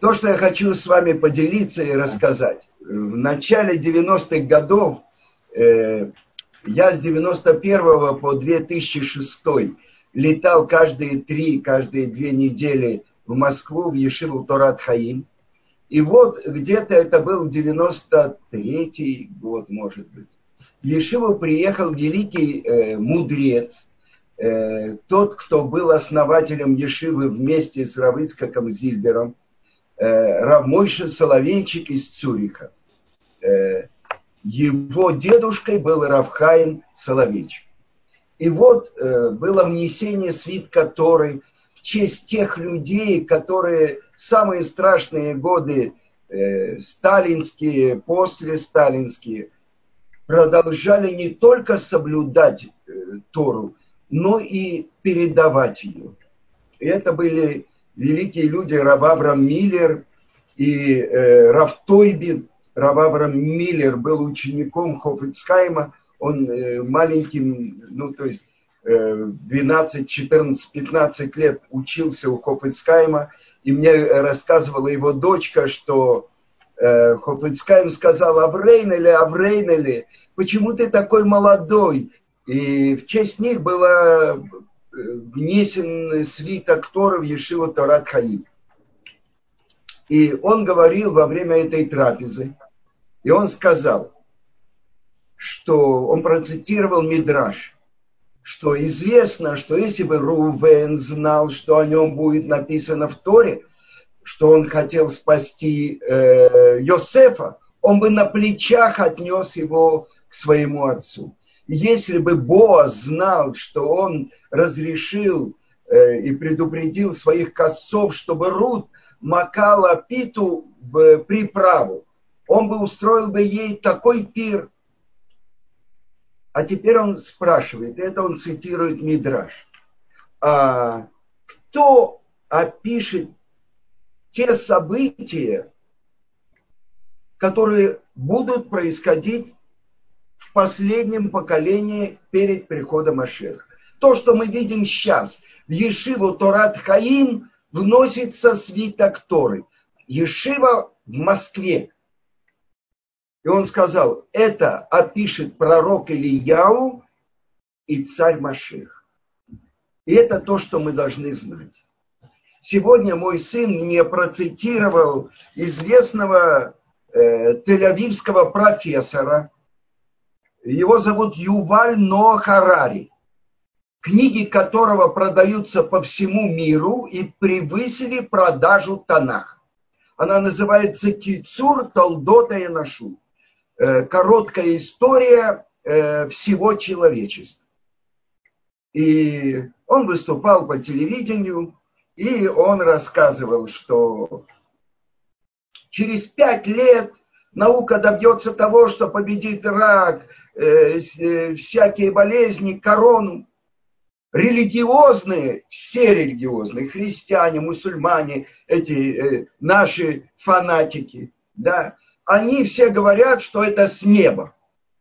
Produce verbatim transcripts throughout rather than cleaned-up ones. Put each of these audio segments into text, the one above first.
То, что я хочу с вами поделиться и рассказать. В начале девяностых годов, э, я с девяносто первого по две тысячи шестой летал каждые три, каждые две недели в Москву, в Ешиву Торат Хаим. И вот где-то это был девяносто третий год, может быть. В Ешиву приехал великий э, мудрец, э, тот, кто был основателем Ешивы вместе с Рав Ицхаком Зильбером, Рав Мойше Соловейчик из Цюриха. Его дедушкой был Рав Хаим Соловейчик. И вот было внесение свитка Торы в честь тех людей, которые в самые страшные годы, сталинские, после сталинские, продолжали не только соблюдать Тору, но и передавать ее. И это были великие люди Рав Авраам Миллер и э, Рав Тойбин. Рав Авраам Миллер был учеником Хафец Хаима. Он э, маленьким, ну то есть э, двенадцать, четырнадцать, пятнадцать лет учился у Хафец Хаима. И мне рассказывала его дочка, что э, Хафец Хаим сказал: Аврейнели, Аврейнели, почему ты такой молодой? И в честь них было внесен свиток Торы в Ешиву Торат Хаим. И он говорил во время этой трапезы, и он сказал, что он процитировал Мидраш, что известно, что если бы Рувен знал, что о нем будет написано в Торе, что он хотел спасти э, Йосефа, он бы на плечах отнес его к своему отцу. Если бы Боаз знал, что он разрешил э, и предупредил своих косцов, чтобы Рут макала питу в приправу, он бы устроил бы ей такой пир. А теперь он спрашивает, это он цитирует Мидраш, а кто опишет те события, которые будут происходить в последнем поколении перед приходом Машеха. То, что мы видим сейчас, в Ешиву Торат Хаим вносится свиток Торы. Ешива в Москве. И он сказал, это опишет пророк Илияу и царь Машех. И это то, что мы должны знать. Сегодня мой сын мне процитировал известного э, тель-авивского профессора. Его зовут Юваль Ноа Харари, книги которого продаются по всему миру и превысили продажу Танаха. Она называется «Кицур Толдота Эношу», короткая история всего человечества. И он выступал по телевидению, и он рассказывал, что через пять лет наука добьется того, что победит рак, э, э, всякие болезни, корону. Религиозные, все религиозные, христиане, мусульмане, эти э, наши фанатики, да, они все говорят, что это с неба.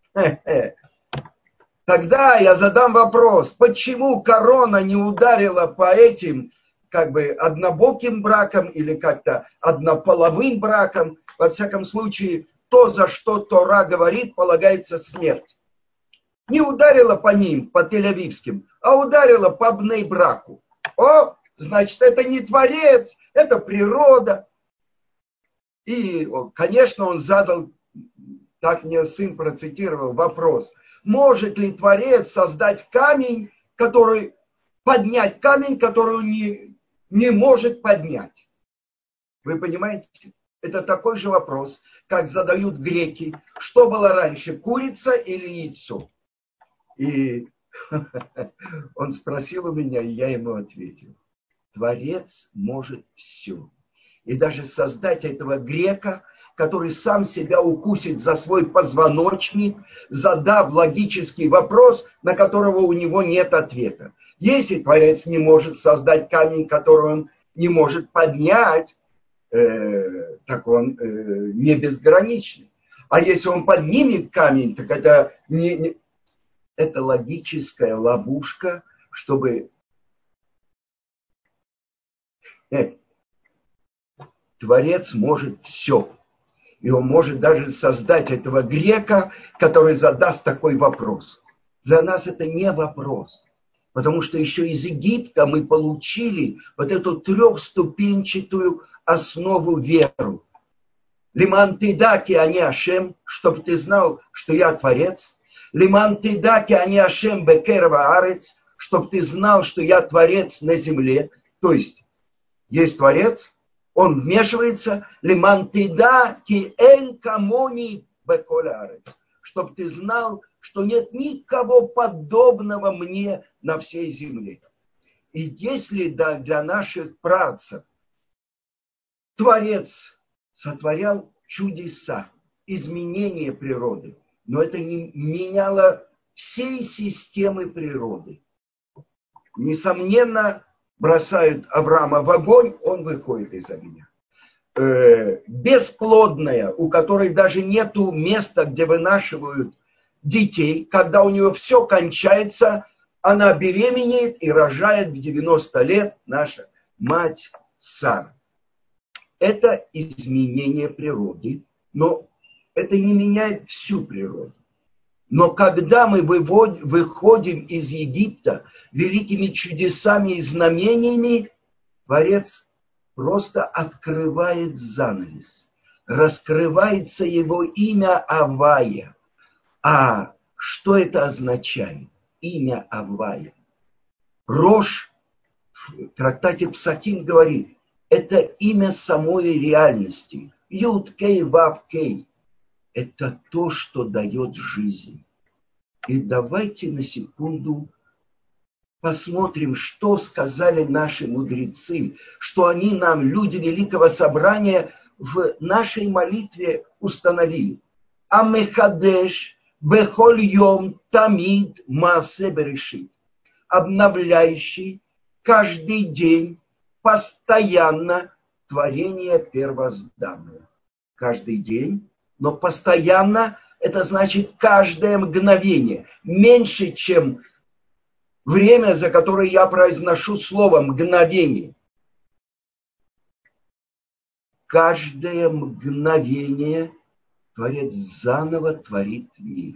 Тогда я задам вопрос, почему корона не ударила по этим как бы однобоким бракам или как-то однополовым бракам? Во всяком случае, то, за что Тора говорит, полагается смерть. Не ударила по ним, по тель-авивским, а ударила по бней-браку. О, значит, это не творец, это природа. И, конечно, он задал, так мне сын процитировал, вопрос. Может ли творец создать камень, который, поднять камень, который он не, не может поднять? Вы понимаете? Это такой же вопрос, как задают греки. Что было раньше, курица или яйцо? И он спросил у меня, и я ему ответил. Творец может все. И даже создать этого грека, который сам себя укусит за свой позвоночник, задав логический вопрос, на которого у него нет ответа. Если Творец не может создать камень, который он не может поднять, э, так он э, не безграничный. А если он поднимет камень, так это, не, не, это логическая ловушка, чтобы... Творец может все. И он может даже создать этого грека, который задаст такой вопрос. Для нас это не вопрос. Потому что еще из Египта мы получили вот эту трехступенчатую основу веры. Лиман тидаки ани Ашем, чтобы ты знал, что я Творец. Лиман тидаки ани Ашем бекерва арец, чтобы ты знал, что я Творец на земле. То есть, есть Творец, он вмешивается. Лиман тидаки эн камони беколя арец, чтобы ты знал, что нет никого подобного мне на всей земле. И если да, для наших працев Творец сотворял чудеса, изменения природы, но это не меняло всей системы природы. Несомненно, бросают Авраама в огонь, он выходит из огня. Э, бесплодная, у которой даже нету места, где вынашивают детей, когда у нее все кончается, она беременеет и рожает в девяносто лет наша мать Сара. Это изменение природы, но это не меняет всю природу. Но когда мы выводим, выходим из Египта великими чудесами и знамениями, Творец просто открывает занавес. Раскрывается его имя Авая. А что это означает? Имя Авая. Рош в трактате Псахим говорит, это имя самой реальности. Юд-кей, вав-кей. Это то, что дает жизнь. И давайте на секунду посмотрим, что сказали наши мудрецы, что они нам, люди Великого Собрания, в нашей молитве установили. Амехадеш бехоль йом тамид маасе берешит. Обновляющий каждый день, постоянно творение первозданного. Каждый день, но постоянно, это значит каждое мгновение. Меньше, чем время, за которое я произношу слово мгновение. Каждое мгновение Творец заново творит мир.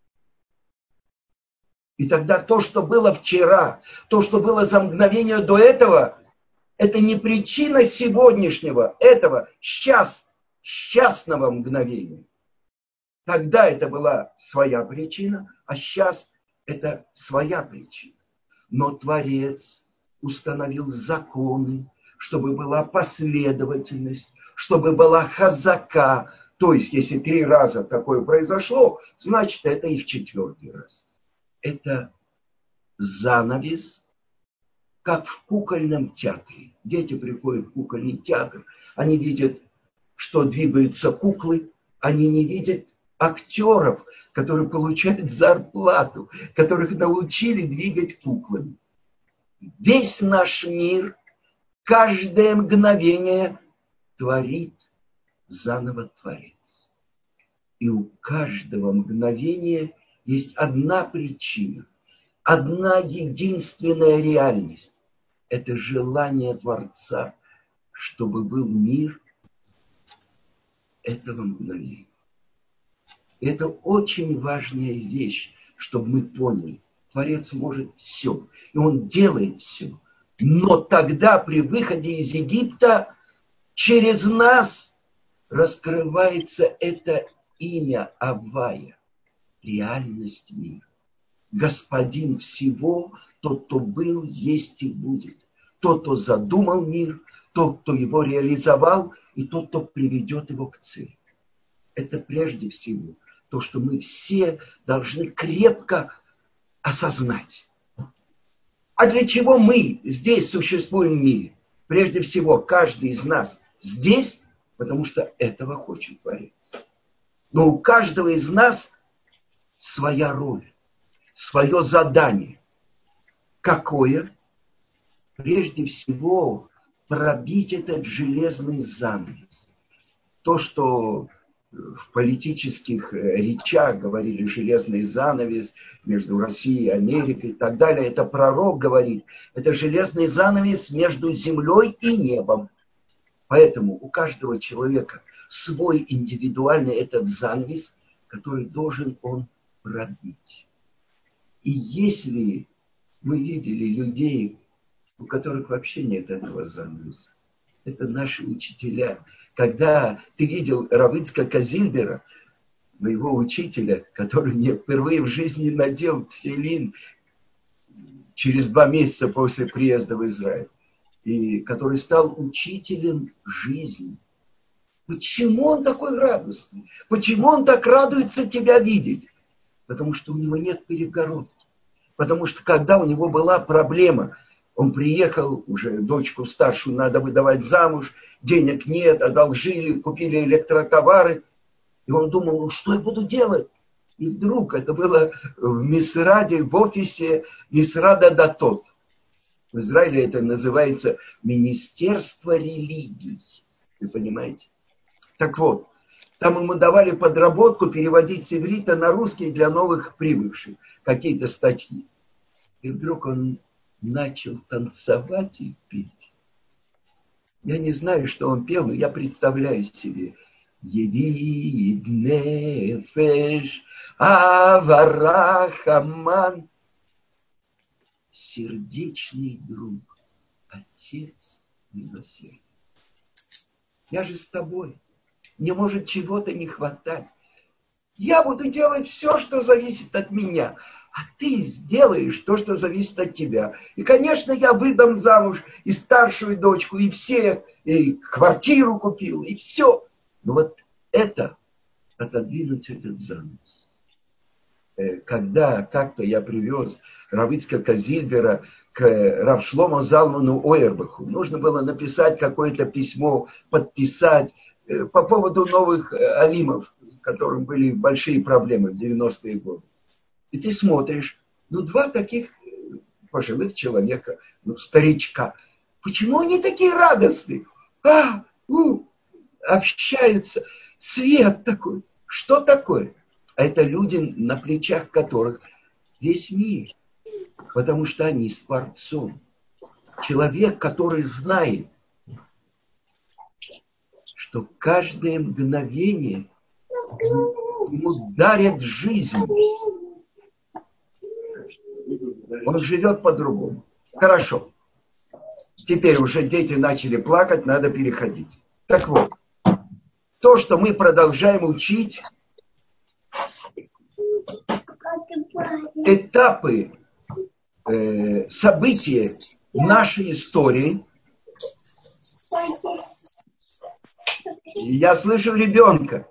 И тогда то, что было вчера, то, что было за мгновение до этого, это не причина сегодняшнего, этого счаст, счастного мгновения. Тогда это была своя причина, а сейчас это своя причина. Но Творец установил законы, чтобы была последовательность, чтобы была хазака. То есть, если три раза такое произошло, значит, это и в четвертый раз. Это занавес, как в кукольном театре. Дети приходят в кукольный театр, они видят, что двигаются куклы, они не видят актеров, которые получают зарплату, которых научили двигать куклами. Весь наш мир, каждое мгновение творит заново Творец. И у каждого мгновения есть одна причина, одна единственная реальность. Это желание Творца, чтобы был мир этого мгновения. Это очень важная вещь, чтобы мы поняли. Творец может все, и он делает все. Но тогда при выходе из Египта через нас раскрывается это имя Авая, реальность мира. Господин всего, тот, кто был, есть и будет. Тот, кто задумал мир, тот, кто его реализовал, и тот, кто приведет его к цели. Это прежде всего то, что мы все должны крепко осознать. А для чего мы здесь существуем в мире? Прежде всего, каждый из нас здесь, потому что этого хочет Творец. Но у каждого из нас своя роль, свое задание. Какое? Прежде всего, пробить этот железный занавес. То, что в политических речах говорили железный занавес между Россией и Америкой и так далее. Это пророк говорит. Это железный занавес между землей и небом. Поэтому у каждого человека свой индивидуальный этот занавес, который должен он пробить. И если мы видели людей, у которых вообще нет этого занавеса, это наши учителя. Когда ты видел Рав Ицхака Зильбера, моего учителя, который мне впервые в жизни надел тфилин через два месяца после приезда в Израиль, и который стал учителем жизни. Почему он такой радостный? Почему он так радуется тебя видеть? Потому что у него нет перегородки. Потому что когда у него была проблема, он приехал, уже дочку старшую надо выдавать замуж, денег нет, одолжили, купили электротовары. И он думал, ну что я буду делать? И вдруг это было в Мисраде, в офисе Мисрада Датот. В Израиле это называется Министерство религий. Вы понимаете? Так вот, там ему давали подработку переводить с иврита на русский для новых прибывших какие-то статьи. И вдруг он начал танцевать и петь. Я не знаю, что он пел, но я представляю себе. Едид нефеш аварахаман. Сердечный друг, Отец милосердия. Я же с тобой. Мне может чего-то не хватать. Я буду делать все, что зависит от меня. А ты сделаешь то, что зависит от тебя. И, конечно, я выдам замуж и старшую дочку, и всех, и квартиру купил, и все. Но вот это, отодвинуть этот занавес. Когда как-то я привез Рав Ицхака Зильбера к Рав Шломо Залману Ойербаху, нужно было написать какое-то письмо, подписать по поводу новых алимов, у которых были большие проблемы в девяностые годы. И ты смотришь, ну, два таких пожилых человека, ну, старичка. Почему они такие радостные? А, у, общаются. Свет такой. Что такое? А это люди, на плечах которых весь мир. Потому что они с Творцом. Человек, который знает, что каждое мгновение ему дарят жизнь. Он живет по-другому. Хорошо. Теперь уже дети начали плакать, надо переходить. Так вот, то, что мы продолжаем учить, этапы, э, события нашей истории. Я слышу ребенка.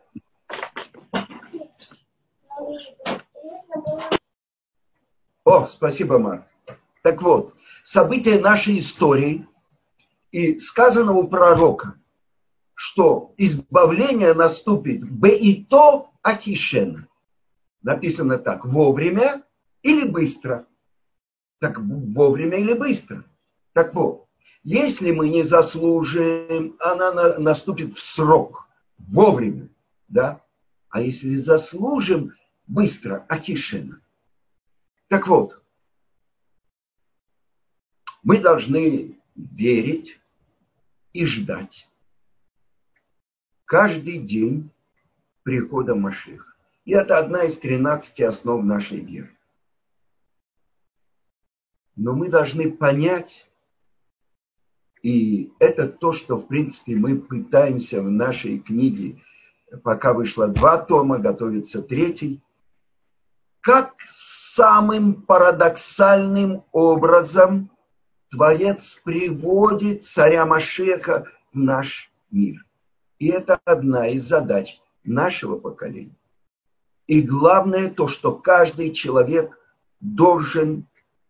О, спасибо, Марк. Так вот, события нашей истории, и сказано у пророка, что избавление наступит беито ахишен. Написано так, вовремя или быстро. Так вовремя или быстро. Так вот, если мы не заслужим, она на, наступит в срок, вовремя, да? А если заслужим, быстро, ахишен. Так вот, мы должны верить и ждать каждый день прихода Машиаха. И это одна из тринадцати основ нашей веры. Но мы должны понять, и это то, что, в принципе, мы пытаемся в нашей книге, пока вышло два тома, готовится третий, как самым парадоксальным образом Творец приводит царя Машиаха в наш мир. И это одна из задач нашего поколения. И главное то, что каждый человек должен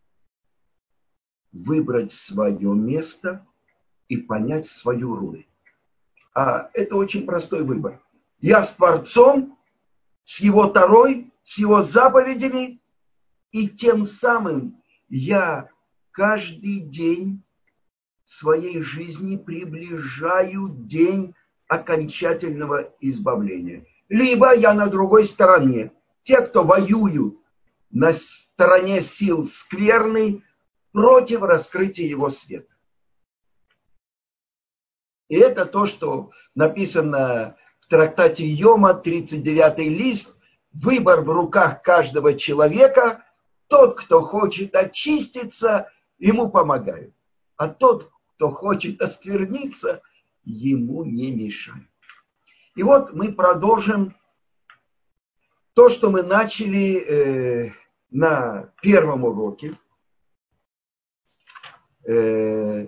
выбрать свое место и понять свою роль. А это очень простой выбор. Я с Творцом, с Его Торой, с Его заповедями, и тем самым я каждый день своей жизни приближаю день окончательного избавления. Либо я на другой стороне. Те, кто воюют на стороне сил скверной, против раскрытия его света. И это то, что написано в трактате Йома, тридцать девятый лист. Выбор в руках каждого человека. Тот, кто хочет очиститься, ему помогают. А тот, кто хочет оскверниться, ему не мешают. И вот мы продолжим то, что мы начали э, на первом уроке. Э,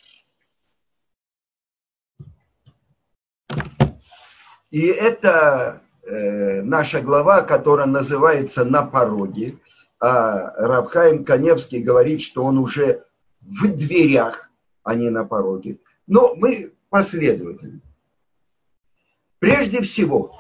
и это э, наша глава, которая называется «На пороге». А Рав Хаим Каневский говорит, что он уже в дверях, а не на пороге. Но мы последовательны. Прежде всего,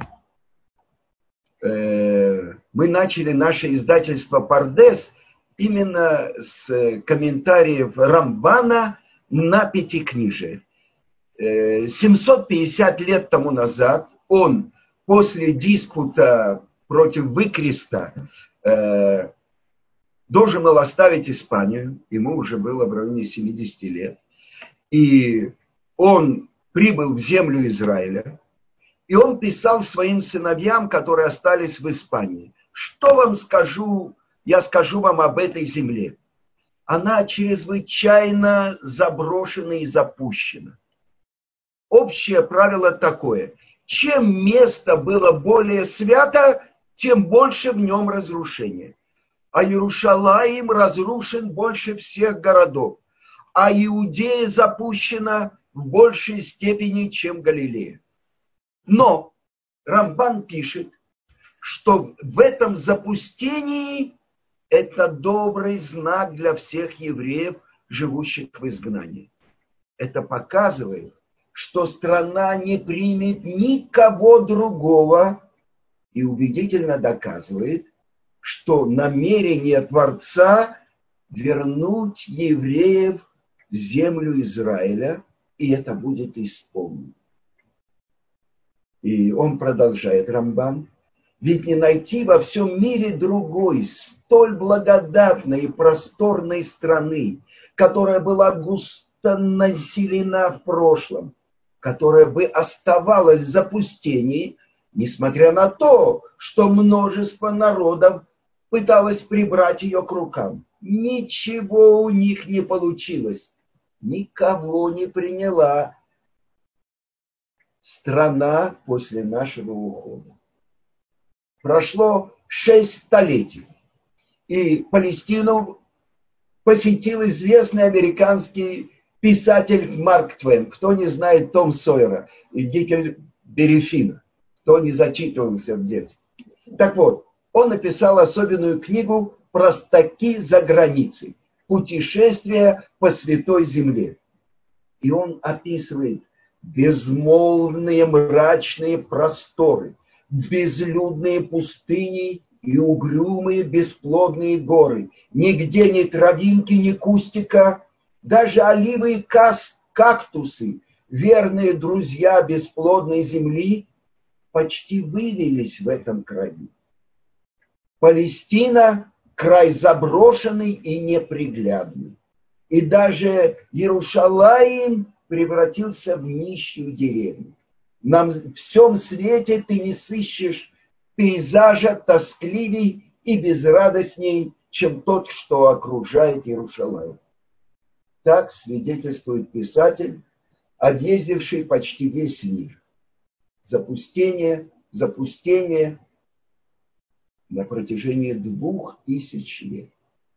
э, мы начали наше издательство «Пардес» именно с комментариев Рамбана на Пятикнижие. Э, семьсот пятьдесят лет тому назад он после диспута против Выкреста э, должен был оставить Испанию. Ему уже было в районе семидесяти лет. И он прибыл в землю Израиля. И он писал своим сыновьям, которые остались в Испании: что вам скажу, я скажу вам об этой земле. Она чрезвычайно заброшена и запущена. Общее правило такое: чем место было более свято, тем больше в нем разрушения. А Иерушалаим разрушен больше всех городов, а Иудея запущена в большей степени, чем Галилея. Но Рамбан пишет, что в этом запустении это добрый знак для всех евреев, живущих в изгнании. Это показывает, что страна не примет никого другого, и убедительно доказывает, что намерение Творца вернуть евреев в землю Израиля, и это будет исполнено. И он продолжает, Рамбан: ведь не найти во всем мире другой, столь благодатной и просторной страны, которая была густо населена в прошлом, которая бы оставалась в запустении, несмотря на то, что множество народов пыталось прибрать ее к рукам. Ничего у них не получилось, никого не приняла страна после нашего ухода. Прошло шесть столетий, и Палестину посетил известный американский писатель Марк Твен. Кто не знает Том Сойера и Гекльберри Финна, кто не зачитывался в детстве. Так вот, он написал особенную книгу «Простаки за границей. Путешествие по Святой Земле». И он описывает безмолвные мрачные просторы, безлюдные пустыни и угрюмые бесплодные горы. Нигде ни травинки, ни кустика, даже оливы и кас, кактусы, верные друзья бесплодной земли, почти вывелись в этом краю. Палестина – край заброшенный и неприглядный. И даже Иерушалаим превратился в нищую деревню. На всем свете ты не сыщешь пейзажа тоскливей и безрадостней, чем тот, что окружает Иерушалаим. Так свидетельствует писатель, объездивший почти весь мир. Запустение, запустение на протяжении двух тысяч лет.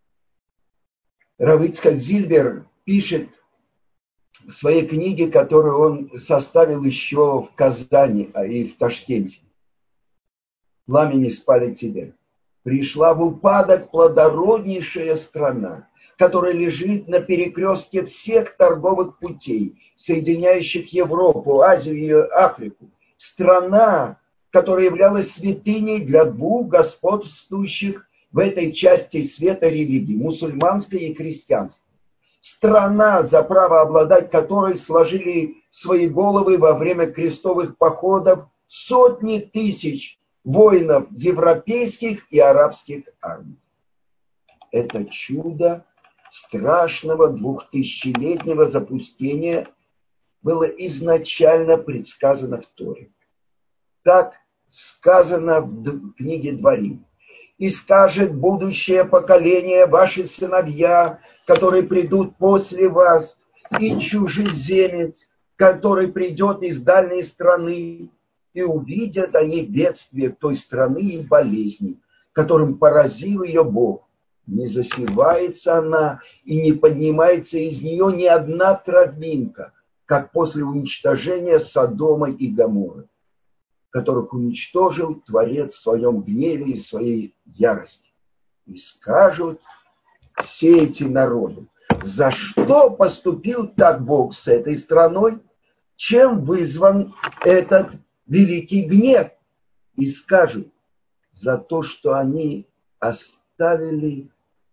Рав Ицхак Зильбер пишет в своей книге, которую он составил еще в Казани и в Ташкенте: «Пламени спали тебя. Пришла в упадок плодороднейшая страна, которая лежит на перекрестке всех торговых путей, соединяющих Европу, Азию и Африку. Страна, которая являлась святыней для двух господствующих в этой части света религий, мусульманской и христианской. Страна, за право обладать которой сложили свои головы во время крестовых походов сотни тысяч воинов европейских и арабских армий. Это чудо страшного двухтысячелетнего запустения было изначально предсказано в Торе. Так сказано в книге Дворим. «И скажет будущее поколение, ваши сыновья, которые придут после вас, и чужеземец, который придет из дальней страны, и увидят они бедствие той страны и болезни, которым поразил ее Бог. Не засевается она, и не поднимается из нее ни одна травинка, как после уничтожения Содома и Гоморры, которых уничтожил Творец в своем гневе и своей ярости. И скажут все эти народы, за что поступил так Бог с этой страной, чем вызван этот великий гнев? И скажут, за то, что они оставили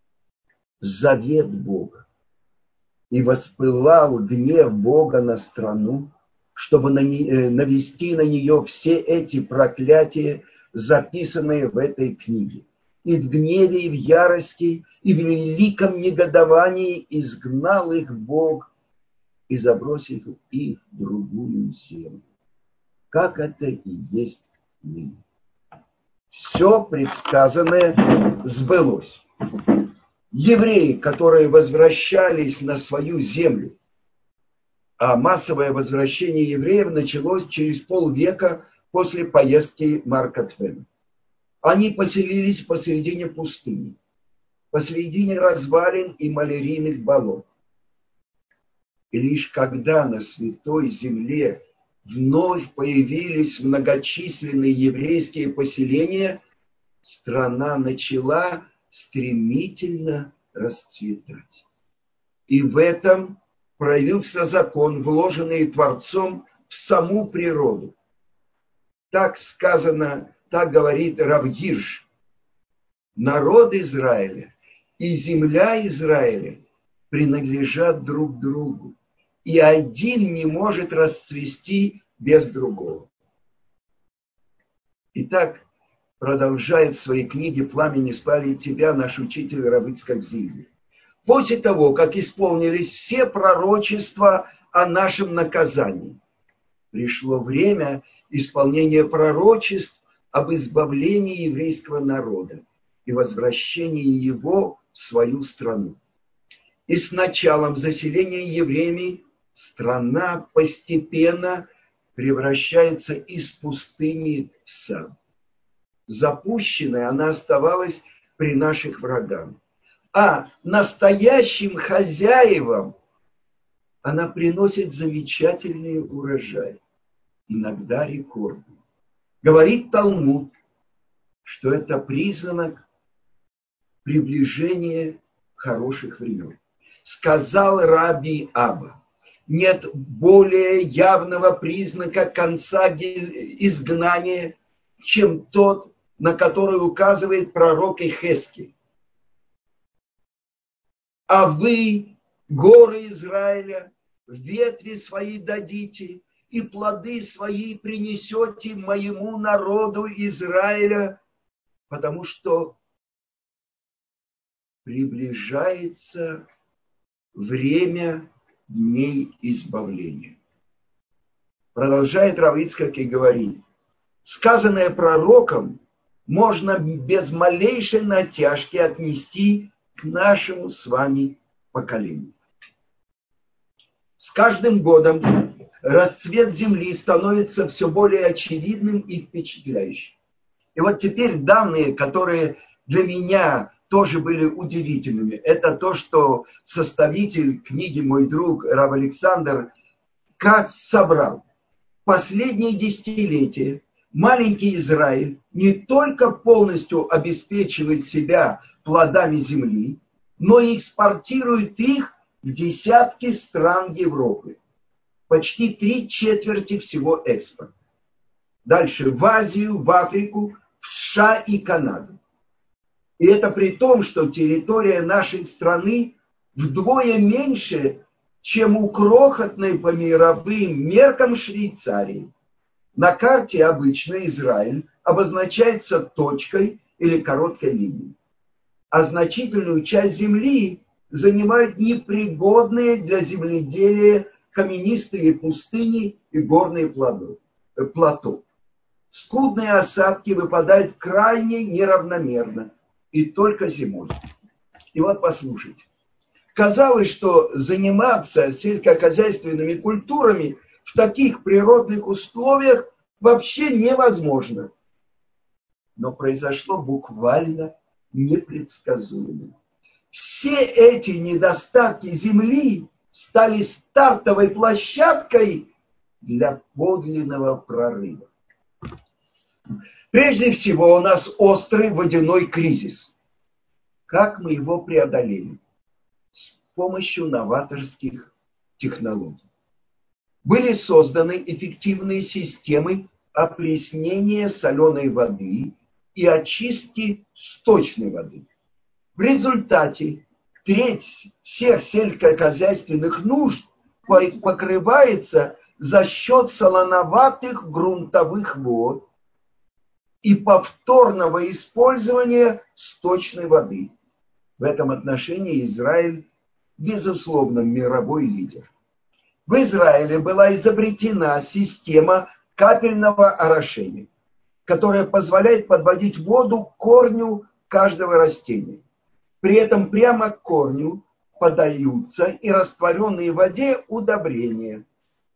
завет Бога. И воспылал гнев Бога на страну, чтобы навести на нее все эти проклятия, записанные в этой книге. И в гневе, и в ярости, и в великом негодовании изгнал их Бог и забросил их в другую землю. Как это и есть ныне. Все предсказанное сбылось. Евреи, которые возвращались на свою землю, а массовое возвращение евреев началось через полвека после поездки Марка Твена. Они поселились посередине пустыни, посередине развалин и малярийных болот. И лишь когда на святой земле вновь появились многочисленные еврейские поселения, страна начала стремительно расцветать. И в этом проявился закон, вложенный Творцом в саму природу. Так сказано, так говорит Рав Гирш. Народ Израиля и земля Израиля принадлежат друг другу, и один не может расцвести без другого. Итак, продолжает в своей книге «Пламя не спалит тебя» наш учитель Рав Ицхак Зильбер. После того, как исполнились все пророчества о нашем наказании, пришло время исполнения пророчеств об избавлении еврейского народа и возвращении его в свою страну. И с началом заселения евреями страна постепенно превращается из пустыни в сад. Запущенная она оставалась при наших врагах. А настоящим хозяевам она приносит замечательные урожаи, иногда рекордные. Говорит Талмуд, что это признак приближения хороших времен. Сказал Раби Аба, нет более явного признака конца изгнания, чем тот, на который указывает пророк Ихескель. А вы, горы Израиля, ветви свои дадите, и плоды свои принесете моему народу Израиля, потому что приближается время дней избавления. Продолжает Рав Ицхак и говорит, сказанное пророком можно без малейшей натяжки отнести к нашему с вами поколению. С каждым годом расцвет земли становится все более очевидным и впечатляющим. И вот теперь данные, которые для меня тоже были удивительными, это то, что составитель книги «Мой друг» Рав Александр Кац собрал. Последние десятилетия маленький Израиль не только полностью обеспечивает себя плодами земли, но и экспортирует их в десятки стран Европы. Почти три четверти всего экспорта. Дальше в Азию, в Африку, в США и Канаду. И это при том, что территория нашей страны вдвое меньше, чем у крохотной по мировым меркам Швейцарии. На карте обычно Израиль обозначается точкой или короткой линией. А значительную часть земли занимают непригодные для земледелия каменистые пустыни и горные плато. Скудные осадки выпадают крайне неравномерно и только зимой. И вот послушайте. Казалось, что заниматься сельскохозяйственными культурами в таких природных условиях вообще невозможно. Но произошло буквально непредсказуемо. Все эти недостатки земли стали стартовой площадкой для подлинного прорыва. Прежде всего, у нас острый водяной кризис. Как мы его преодолели? С помощью новаторских технологий. Были созданы эффективные системы опреснения соленой воды и очистки сточной воды. В результате треть всех сельскохозяйственных нужд покрывается за счет солоноватых грунтовых вод и повторного использования сточной воды. В этом отношении Израиль, безусловно, мировой лидер. В Израиле была изобретена система капельного орошения, которая позволяет подводить воду к корню каждого растения. При этом прямо к корню подаются и растворенные в воде удобрения,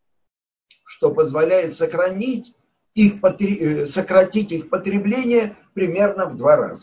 что позволяет сохранить их, сократить их потребление примерно в два раза.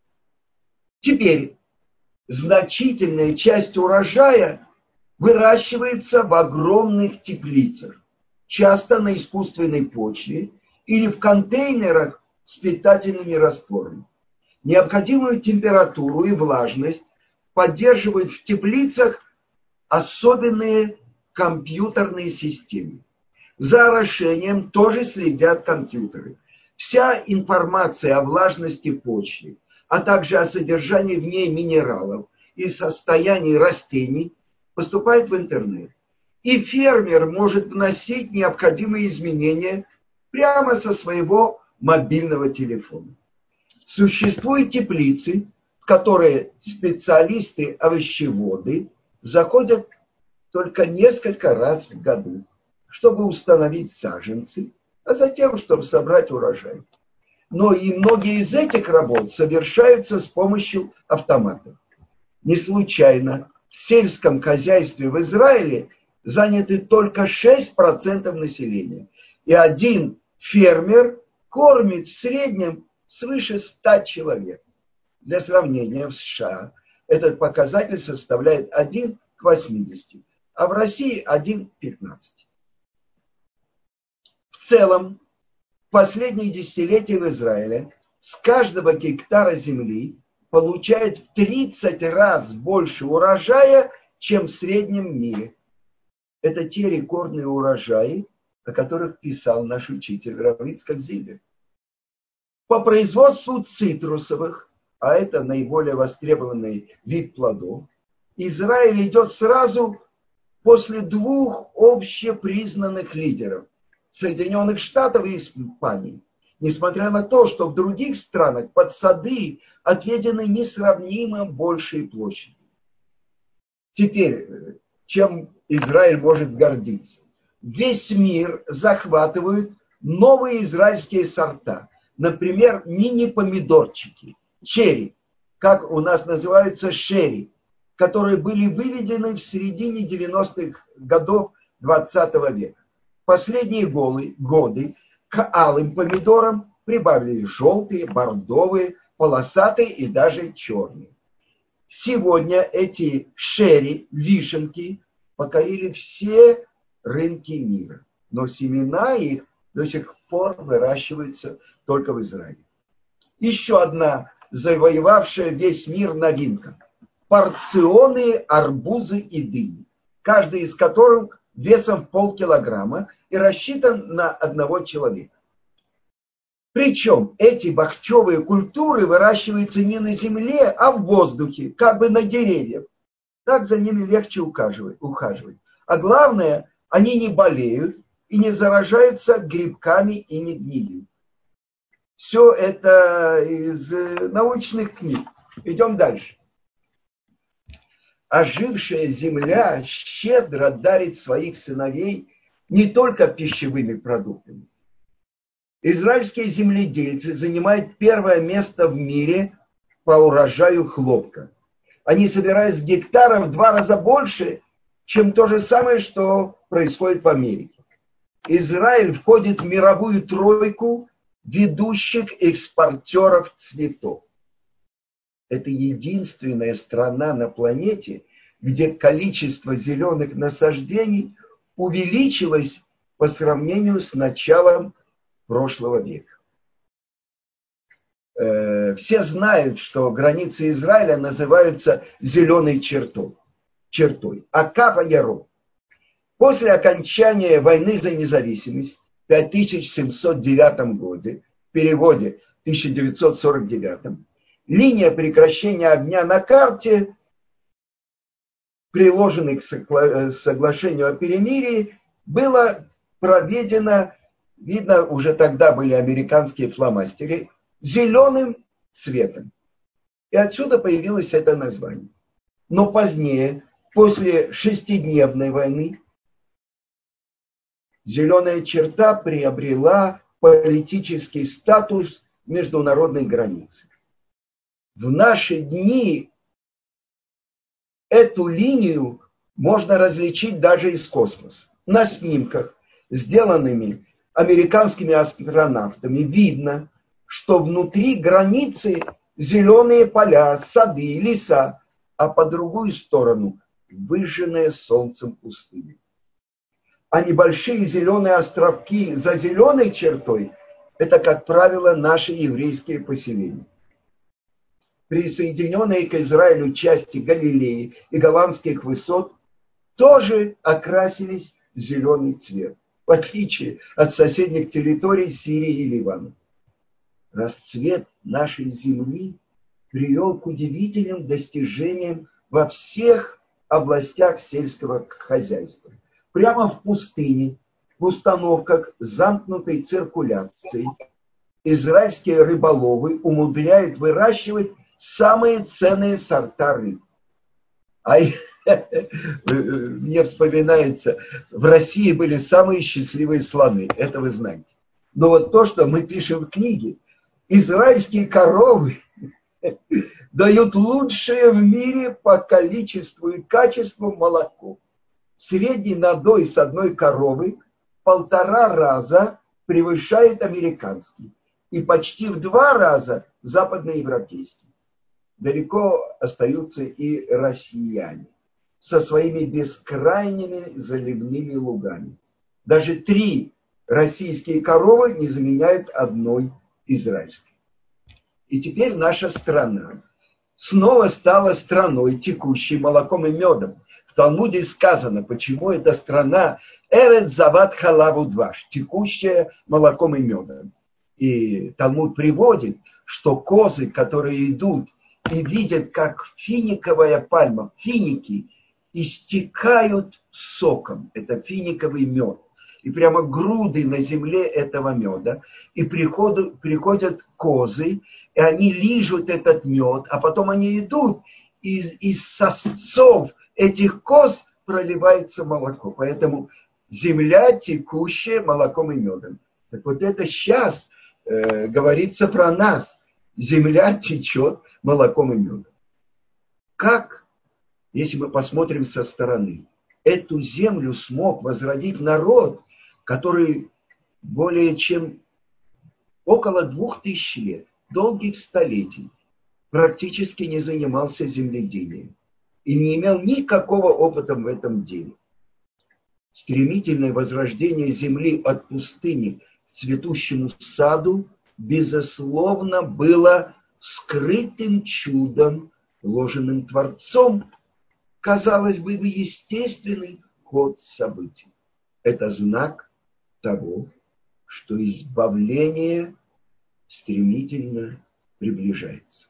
Теперь значительная часть урожая выращивается в огромных теплицах, часто на искусственной почве или в контейнерах с питательными растворами. Необходимую температуру и влажность поддерживают в теплицах особенные компьютерные системы. За орошением тоже следят компьютеры. Вся информация о влажности почвы, а также о содержании в ней минералов и состоянии растений поступает в интернет. И фермер может вносить необходимые изменения прямо со своего мобильного телефона. Существуют теплицы, в которые специалисты-овощеводы заходят только несколько раз в году, чтобы установить саженцы, а затем, чтобы собрать урожай. Но и многие из этих работ совершаются с помощью автоматов. Не случайно в сельском хозяйстве в Израиле заняты только шесть процентов населения. И один фермер кормит в среднем свыше ста человек. Для сравнения, в США этот показатель составляет один к восьмидесяти, а в России один к пятнадцати. В целом, в последние десятилетия в Израиле с каждого гектара земли получает в тридцать раз больше урожая, чем в среднем мире. Это те рекордные урожаи, о которых писал наш учитель Рав Ицхак Зильбер. По производству цитрусовых, а это наиболее востребованный вид плодов, Израиль идет сразу после двух общепризнанных лидеров – Соединенных Штатов и Испании. Несмотря на то, что в других странах под сады отведены несравнимо большие площади. Теперь, чем Израиль может гордиться? Весь мир захватывают новые израильские сорта. Например, мини-помидорчики, черри, как у нас называются шерри, которые были выведены в середине девяностых годов двадцатого века. Последние годы к алым помидорам прибавили желтые, бордовые, полосатые и даже черные. Сегодня эти шерри, вишенки, покорили все рынки мира. Но семена их до сих пор выращиваются только в Израиле. Еще одна завоевавшая весь мир новинка. Порционные арбузы и дыни, каждый из которых весом полкилограмма и рассчитан на одного человека. Причем эти бахчевые культуры выращиваются не на земле, а в воздухе, как бы на деревьях. Так за ними легче ухаживать. А главное, они не болеют и не заражаются грибками и не гниют. Все это из научных книг. Идем дальше. ожившая земля щедро дарит своих сыновей не только пищевыми продуктами. Израильские земледельцы занимают первое место в мире по урожаю хлопка. Они собирают с гектаров в два раза больше, чем то же самое, что происходит в Америке. Израиль входит в мировую тройку ведущих экспортеров цветов. Это единственная страна на планете, где количество зеленых насаждений увеличилось по сравнению с началом прошлого века. Все знают, что границы Израиля называются зеленой чертой, чертой Акав Ярок. После окончания войны за независимость в тысяча семьсот девятом году, в переводе тысяча девятьсот сорок девятом, линия прекращения огня на карте, приложенной к соглашению о перемирии, была проведена, видно, уже тогда были американские фломастеры, зеленым цветом. И отсюда появилось это название. Но позднее, после шестидневной войны, зеленая черта приобрела политический статус международной границы. В наши дни эту линию можно различить даже из космоса. На снимках, сделанными американскими астронавтами, видно, что внутри границы зеленые поля, сады, леса, а по другую сторону выжженная солнцем пустыня. А небольшие зеленые островки за зеленой чертой – это, как правило, наши еврейские поселения. Присоединенные к Израилю части Галилеи и Голландских высот тоже окрасились в зеленый цвет, в отличие от соседних территорий Сирии и Ливана. Расцвет нашей земли привел к удивительным достижениям во всех областях сельского хозяйства. Прямо в пустыне, в установках замкнутой циркуляции, израильские рыболовы умудряют выращивать самые ценные сорта рыб. А мне вспоминается, в России были самые счастливые слоны, это вы знаете. Но вот то, что мы пишем в книге, израильские коровы дают лучшее в мире по количеству и качеству молоко. Средний надой с одной коровы полтора раза превышает американский и почти в два раза западноевропейский. Далеко остаются и россияне со своими бескрайними заливными лугами. Даже три российские коровы не заменяют одной израильской. И теперь наша страна снова стала страной, текущей молоком и медом. В Талмуде сказано, почему эта страна Эрец Зават Халаву Дваш, текущая молоком и медом. И Талмуд приводит, что козы, которые идут и видят, как финиковая пальма, финики, истекают соком. Это финиковый мед. И прямо груды на земле этого меда. И приходят, приходят козы, и они лижут этот мед, а потом они идут, и из, из сосцов этих коз проливается молоко. Поэтому земля, текущая молоком и медом. Так вот это сейчас э, говорится про нас. Земля течет молоком и медом. Как, если мы посмотрим со стороны, эту землю смог возродить народ, который более чем около двух тысяч лет, долгих столетий, практически не занимался земледелием и не имел никакого опыта в этом деле. Стремительное возрождение земли от пустыни к цветущему саду, безусловно, было скрытым чудом, вложенным Творцом, казалось бы, в естественный ход событий. Это знак того, что избавление стремительно приближается.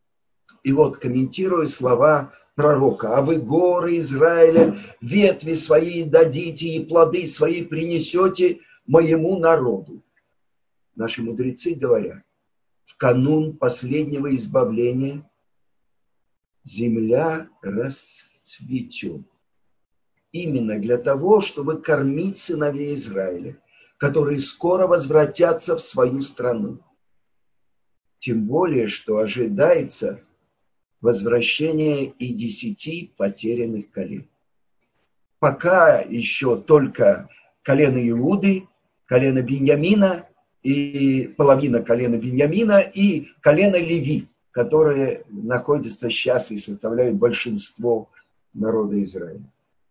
И вот, комментируя слова пророка: «А вы, горы Израиля, ветви свои дадите и плоды свои принесете моему народу». Наши мудрецы говорят, в канун последнего избавления земля расцветет. цветет. Именно для того, чтобы кормить сыновей Израиля, которые скоро возвратятся в свою страну. Тем более, что ожидается возвращение и десяти потерянных колен. Пока еще только колено Иуды, колено Биньямина и половина колена Биньямина и колено Леви, которые находятся сейчас и составляют большинство народа Израиля.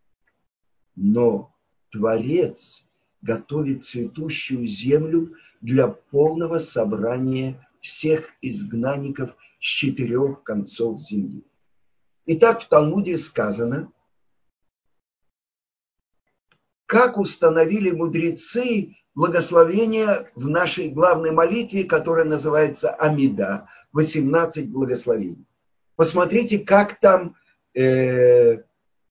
Но Творец готовит цветущую землю для полного собрания всех изгнанников с четырех концов земли. Итак, в Талмуде сказано, как установили мудрецы благословение в нашей главной молитве, которая называется Амида, восемнадцать благословений. Посмотрите, как там э,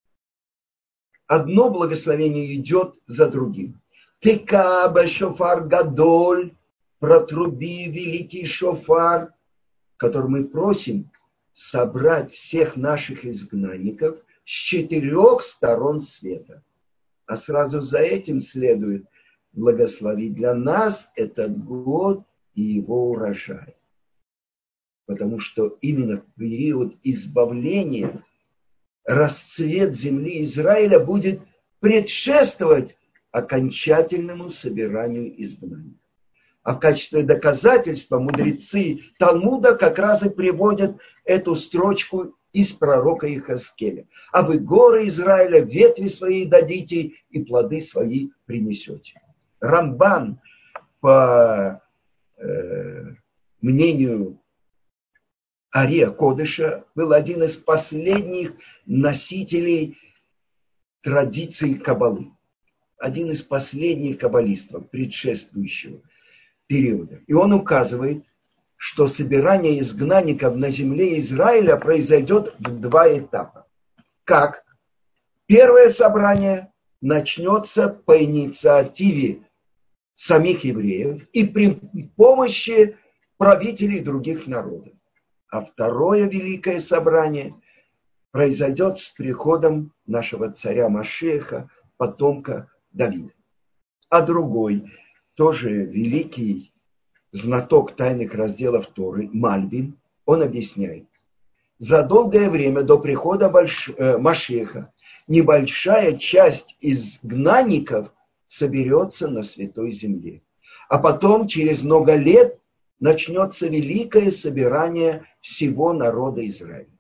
одно благословение идет за другим. Тека бешофар гадоль, протруби великий шофар, который мы просим собрать всех наших изгнанников с четырех сторон света. А сразу за этим следует благословить для нас этот год и его урожай. Потому что именно в период избавления расцвет земли Израиля будет предшествовать окончательному собиранию изгнанников. А в качестве доказательства мудрецы Талмуда как раз и приводят эту строчку из пророка Ихаскеля. А вы, горы Израиля, ветви свои дадите и плоды свои принесете. Рамбан, по э, мнению Ария Кодыша, был один из последних носителей традиции Каббалы. Один из последних каббалистов предшествующего периода. И он указывает, что собирание изгнанников на земле Израиля произойдет в два этапа. Как? Первое собрание начнется по инициативе самих евреев и при помощи правителей других народов. А второе великое собрание произойдет с приходом нашего царя Машеха, потомка Давида. А другой, тоже великий знаток тайных разделов Торы, Мальбим, он объясняет. За долгое время до прихода Больш... э, Машеха небольшая часть изгнанников соберется на Святой Земле. А потом, через много лет, начнется великое собирание всего народа Израиля.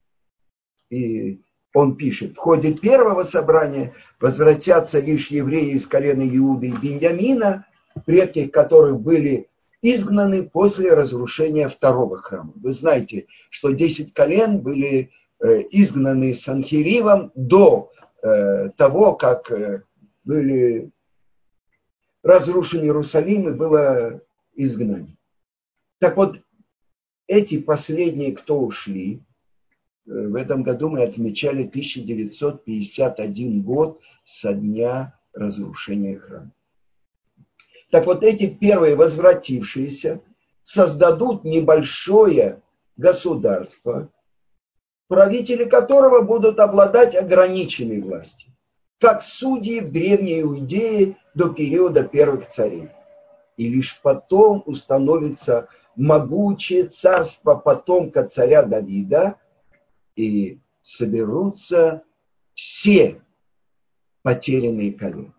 И он пишет, в ходе первого собрания возвратятся лишь евреи из колена Иуды и Биньямина, предки которых были изгнаны после разрушения второго храма. Вы знаете, что десять колен были э, изгнаны Санхиривом до э, того, как э, были разрушен Иерусалим и было изгнание. Так вот, эти последние, кто ушли, в этом году мы отмечали тысяча девятьсот пятьдесят один год со дня разрушения храма. Так вот, эти первые возвратившиеся создадут небольшое государство, правители которого будут обладать ограниченной властью, как судьи в Древней Иудее до периода первых царей. И лишь потом установится могучее царство потомка царя Давида, и соберутся все потерянные колена.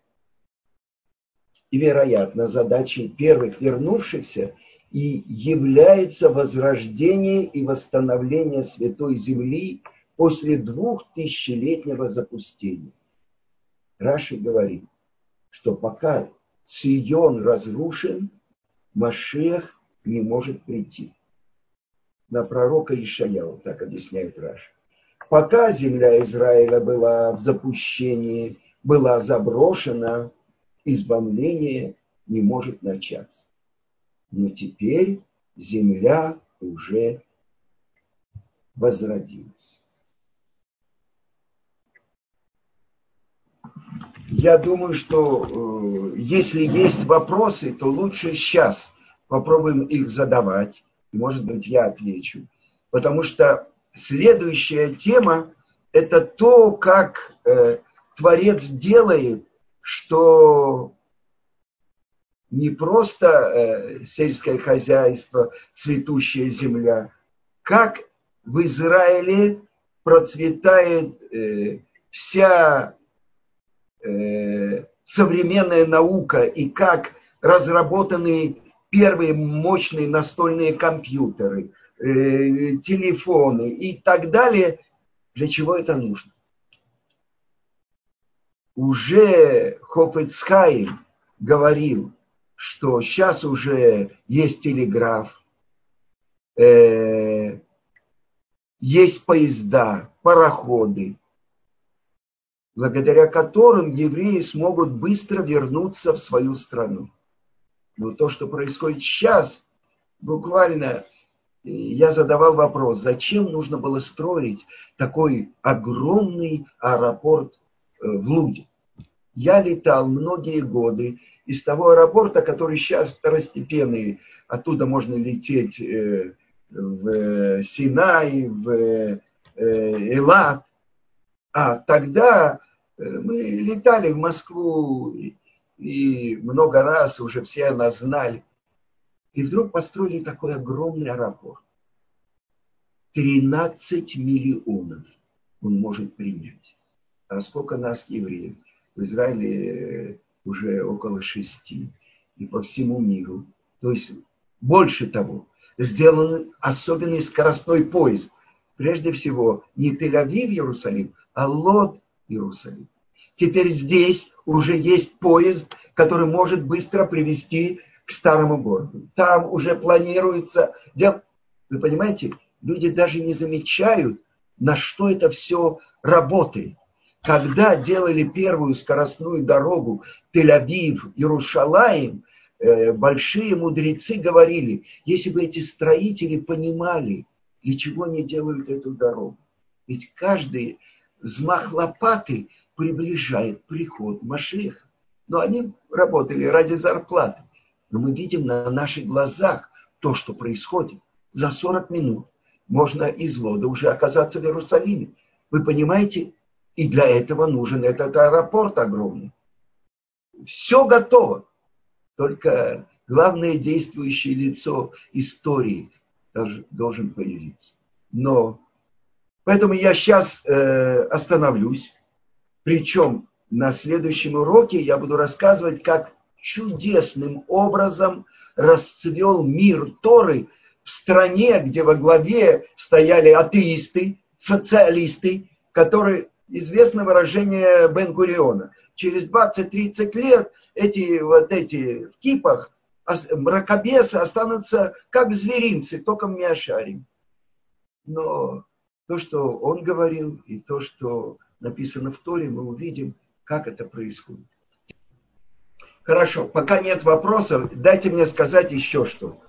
И, вероятно, задачей первых вернувшихся и является возрождение и восстановление Святой Земли после двухтысячелетнего запустения. Раши говорит, что пока Сион разрушен, Машиах не может прийти. На пророка Ишаяу, так объясняет Раши. Пока земля Израиля была в запущении, была заброшена, избавление не может начаться. Но теперь земля уже возродилась. Я думаю, что э, если есть вопросы, то лучше сейчас попробуем их задавать. Может быть, я отвечу. Потому что следующая тема это то, как э, Творец делает, что не просто э, сельское хозяйство, цветущая земля, как в Израиле процветает э, вся э, современная наука и как разработаны первые мощные настольные компьютеры, э, телефоны и так далее. Для чего это нужно? Уже Хафец Хаим говорил, что сейчас уже есть телеграф, э, есть поезда, пароходы, благодаря которым евреи смогут быстро вернуться в свою страну. Но то, что происходит сейчас, буквально я задавал вопрос, зачем нужно было строить такой огромный аэропорт в Луде. Я летал многие годы из того аэропорта, который сейчас второстепенный. Оттуда можно лететь в Синай, в Элат. А тогда мы летали в Москву и много раз уже все нас знали. И вдруг построили такой огромный аэропорт. тринадцать миллионов он может принять. А сколько нас, евреев? В Израиле уже около шести. И по всему миру. То есть больше того. Сделан особенный скоростной поезд. Прежде всего, не Тель-Авив, Иерусалим, а Лод, Иерусалим. Теперь здесь уже есть поезд, который может быстро привести к старому городу. Там уже планируется... Вы понимаете, люди даже не замечают, на что это все работает. Когда делали первую скоростную дорогу Тель-Авив, Иерусалим, большие мудрецы говорили, если бы эти строители понимали, для чего они делают эту дорогу. Ведь каждый взмах лопаты приближает приход Машиаха. Но они работали ради зарплаты. Но мы видим на наших глазах то, что происходит. За сорок минут можно из Лода уже оказаться в Иерусалиме. Вы понимаете? И для этого нужен этот аэропорт огромный. Все готово. Только главное действующее лицо истории должен появиться. Но поэтому я сейчас э, остановлюсь. Причем на следующем уроке я буду рассказывать, как чудесным образом расцвел мир Торы в стране, где во главе стояли атеисты, социалисты, которые, известно выражение Бен-Гуриона, через двадцать-тридцать лет эти вот эти в кипах мракобесы останутся как зверинцы, только в Миашаре. Но то, что он говорил, и то, что написано в Торе, мы увидим, как это происходит. Хорошо, пока нет вопросов, дайте мне сказать еще что.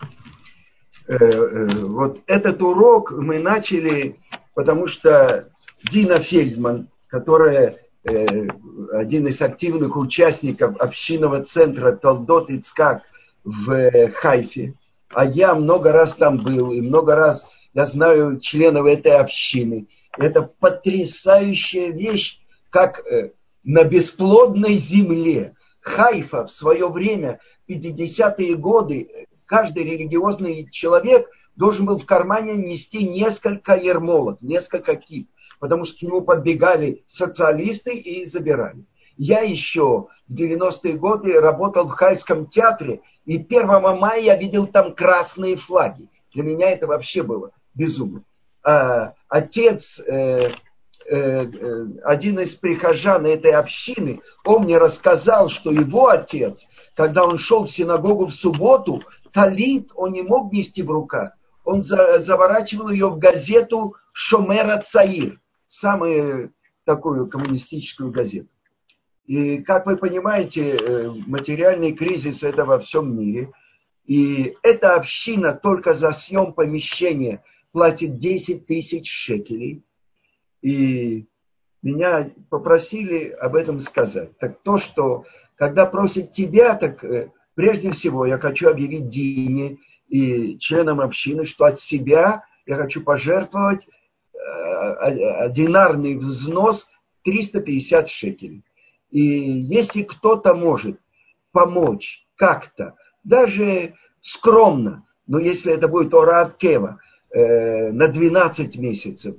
Вот этот урок мы начали, потому что Дина Фельдман, которая один из активных участников общинного центра Толдот Ицхак в Хайфе, а я много раз там был, и много раз я знаю членов этой общины. Это потрясающая вещь, как на бесплодной земле Хайфа в свое время, в пятидесятые годы, каждый религиозный человек должен был в кармане нести несколько ермолок, несколько кип, потому что к нему подбегали социалисты и забирали. Я еще в девяностые годы работал в Хайфском театре, и первого мая я видел там красные флаги. Для меня это вообще было безумно. А, отец, э, э, э, один из прихожан этой общины, он мне рассказал, что его отец, когда он шел в синагогу в субботу, талит он не мог нести в руках. Он за, заворачивал ее в газету «Шомер ха-Цаир», самую такую коммунистическую газету. И, как вы понимаете, материальный кризис это во всем мире. И эта община только за съем помещения платит десять тысяч шекелей. И меня попросили об этом сказать. Так то, что когда просят тебя, так прежде всего я хочу объявить Дине и членам общины, что от себя я хочу пожертвовать одинарный взнос триста пятьдесят шекелей. И если кто-то может помочь как-то, даже скромно, но если это будет Орат Кева э, на двенадцать месяцев,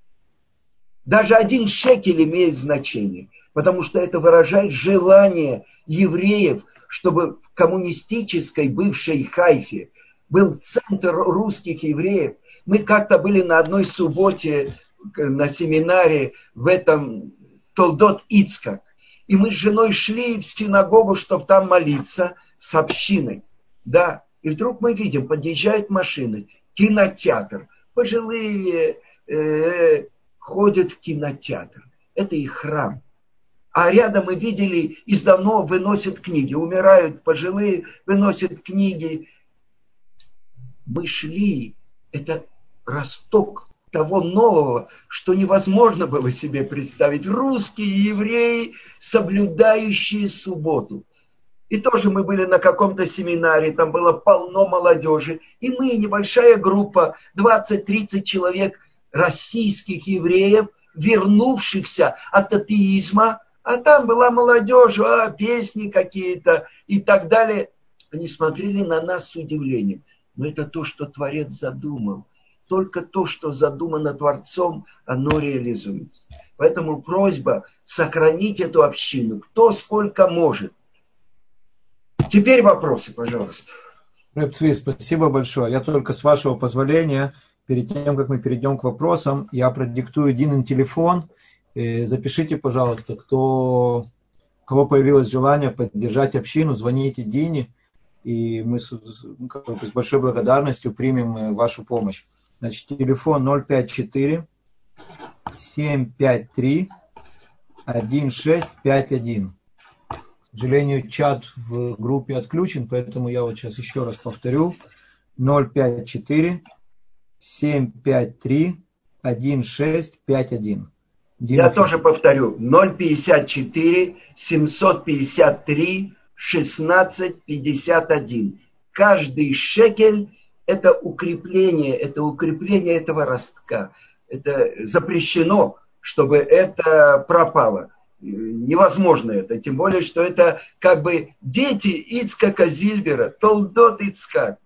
даже один шекель имеет значение, потому что это выражает желание евреев, чтобы в коммунистической бывшей Хайфе был центр русских евреев. Мы как-то были на одной субботе на семинаре в этом Толдот Ицкак. И мы с женой шли в синагогу, чтобы там молиться с общиной. Да. И вдруг мы видим, подъезжают машины, кинотеатр. Пожилые э, ходят в кинотеатр. Это их храм. А рядом мы видели, из давно выносят книги. Умирают пожилые, выносят книги. Мы шли. Это росток того нового, что невозможно было себе представить. Русские евреи, соблюдающие субботу. И тоже мы были на каком-то семинаре, там было полно молодежи. И мы, небольшая группа, двадцать-тридцать человек российских евреев, вернувшихся от атеизма, а там была молодежь, а, песни какие-то и так далее. Они смотрели на нас с удивлением. Но это то, что Творец задумал. Только то, что задумано Творцом, оно реализуется. Поэтому просьба сохранить эту общину, кто сколько может. Теперь вопросы, пожалуйста. Рэб Цви, спасибо большое. Я только с вашего позволения, перед тем, как мы перейдем к вопросам, я продиктую Динин телефон. Запишите, пожалуйста, кто, у кого появилось желание поддержать общину, звоните Дине, и мы с, с большой благодарностью примем вашу помощь. Значит, телефон ноль пять четыре семь пять три один шесть пять один. К сожалению, чат в группе отключен, поэтому я вот сейчас еще раз повторю. ноль пять четыре семь пять три один шесть пять один. Я Дина, тоже повторю. ноль пятьдесят четыре семьсот пятьдесят три шестнадцать пятьдесят один. Каждый шекель – это укрепление, это укрепление этого ростка. Это запрещено, чтобы это пропало. Невозможно это. Тем более, что это как бы дети Ицкака Зильбера, Толдот Ицкак.